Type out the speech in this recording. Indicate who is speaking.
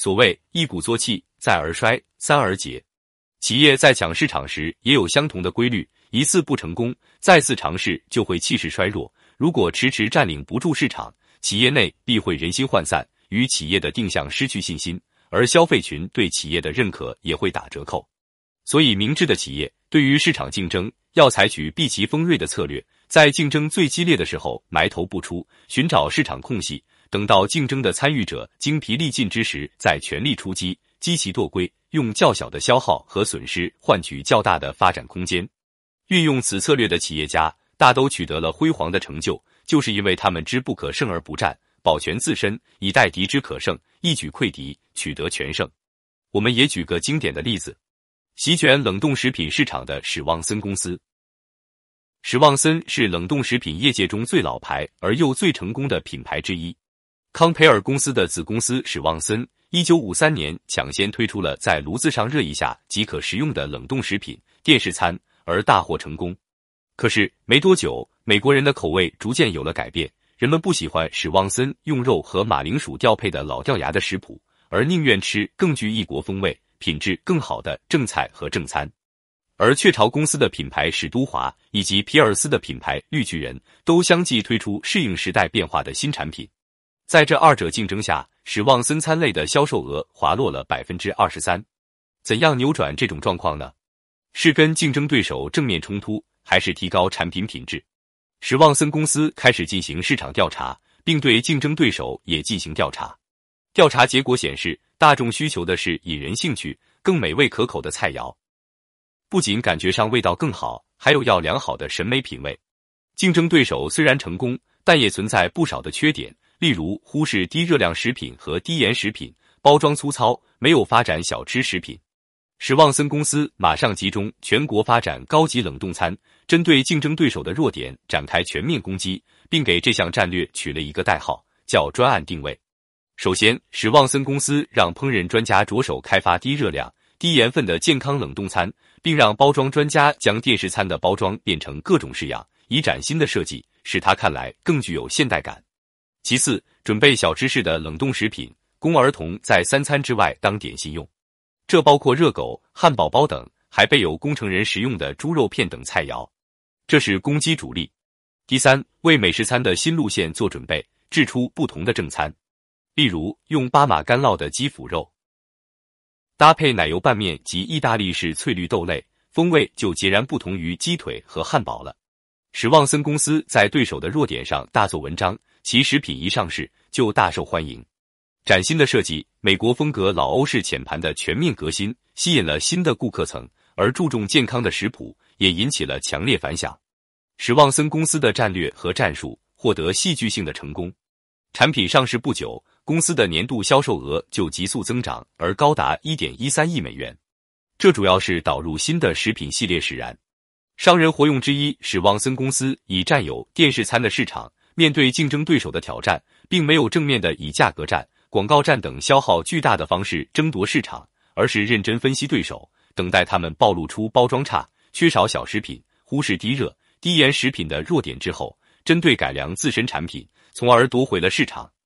Speaker 1: 所谓一鼓作气，再而衰，三而竭。企业在抢市场时也有相同的规律，一次不成功，再次尝试就会气势衰弱。如果迟迟占领不住市场，企业内必会人心涣散，与企业的定向失去信心，而消费群对企业的认可也会打折扣。所以明智的企业对于市场竞争要采取避其锋锐的策略，在竞争最激烈的时候埋头不出，寻找市场空隙，等到竞争的参与者精疲力尽之时再全力出击，积其惰归，用较小的消耗和损失换取较大的发展空间。运用此策略的企业家大都取得了辉煌的成就，就是因为他们知不可胜而不战，保全自身，以待敌之可胜，一举溃敌，取得全胜。我们也举个经典的例子，席卷冷冻食品市场的史旺森公司。史旺森是冷冻食品业界中最老牌而又最成功的品牌之一。康培尔公司的子公司史旺森1953年抢先推出了在炉子上热一下即可食用的冷冻食品电视餐，而大获成功。可是没多久，美国人的口味逐渐有了改变，人们不喜欢史旺森用肉和马铃薯调配的老掉牙的食谱，而宁愿吃更具异国风味、品质更好的正菜和正餐。而雀巢公司的品牌史都华以及皮尔斯的品牌绿巨人都相继推出适应时代变化的新产品。在这二者竞争下，史旺森餐类的销售额滑落了 23%。 怎样扭转这种状况呢？是跟竞争对手正面冲突，还是提高产品品质？史旺森公司开始进行市场调查，并对竞争对手也进行调查。调查结果显示，大众需求的是引人兴趣、更美味可口的菜肴，不仅感觉上味道更好，还有要良好的审美品味。竞争对手虽然成功，但也存在不少的缺点，例如忽视低热量食品和低盐食品，包装粗糙，没有发展小吃食品。史旺森公司马上集中全国发展高级冷冻餐，针对竞争对手的弱点展开全面攻击，并给这项战略取了一个代号，叫专案定位。首先，史旺森公司让烹饪专家着手开发低热量、低盐分的健康冷冻餐，并让包装专家将电视餐的包装变成各种式样，以崭新的设计，使它看来更具有现代感。其次，准备小吃式的冷冻食品，供儿童在3餐之外当点心用。这包括热狗、汉堡包等，还备有供成人食用的猪肉片等菜肴，这是攻击主力。第三，为美食餐的新路线做准备，制出不同的正餐，例如用巴马干烙的鸡脯肉，搭配奶油拌面及意大利式翠绿豆类，风味就截然不同于鸡腿和汉堡了。史旺森公司在对手的弱点上大做文章，其食品一上市就大受欢迎。崭新的设计，美国风格老欧式浅盘的全面革新，吸引了新的顾客层，而注重健康的食谱也引起了强烈反响。史旺森公司的战略和战术获得戏剧性的成功，产品上市不久，公司的年度销售额就急速增长，而高达 1.13 亿美元。这主要是导入新的食品系列使然。商人活用之一，史旺森公司已占有电视餐的市场，面对竞争对手的挑战，并没有正面的以价格战、广告战等消耗巨大的方式争夺市场，而是认真分析对手，等待他们暴露出包装差、缺少小食品、忽视低热、低盐食品的弱点之后，针对改良自身产品，从而夺回了市场。